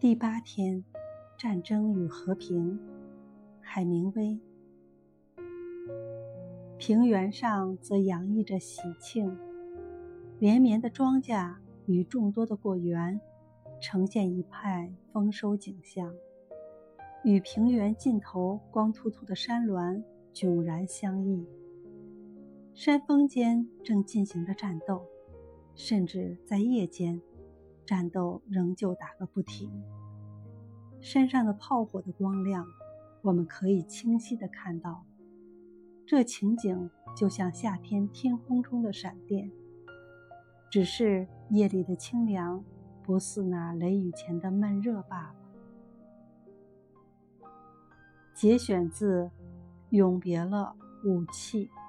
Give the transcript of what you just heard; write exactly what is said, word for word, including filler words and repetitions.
第八天，战争与和平，海明威。平原上则洋溢着喜庆，连绵的庄稼与众多的果园，呈现一派丰收景象，与平原尽头光秃秃的山峦迥然相异。山峰间正进行着战斗，甚至在夜间，战斗仍旧打个不停。山上的炮火的光亮，我们可以清晰地看到，这情景就像夏天天空中的闪电，只是夜里的清凉不似那雷雨前的闷热罢了。节选自《永别了武器》。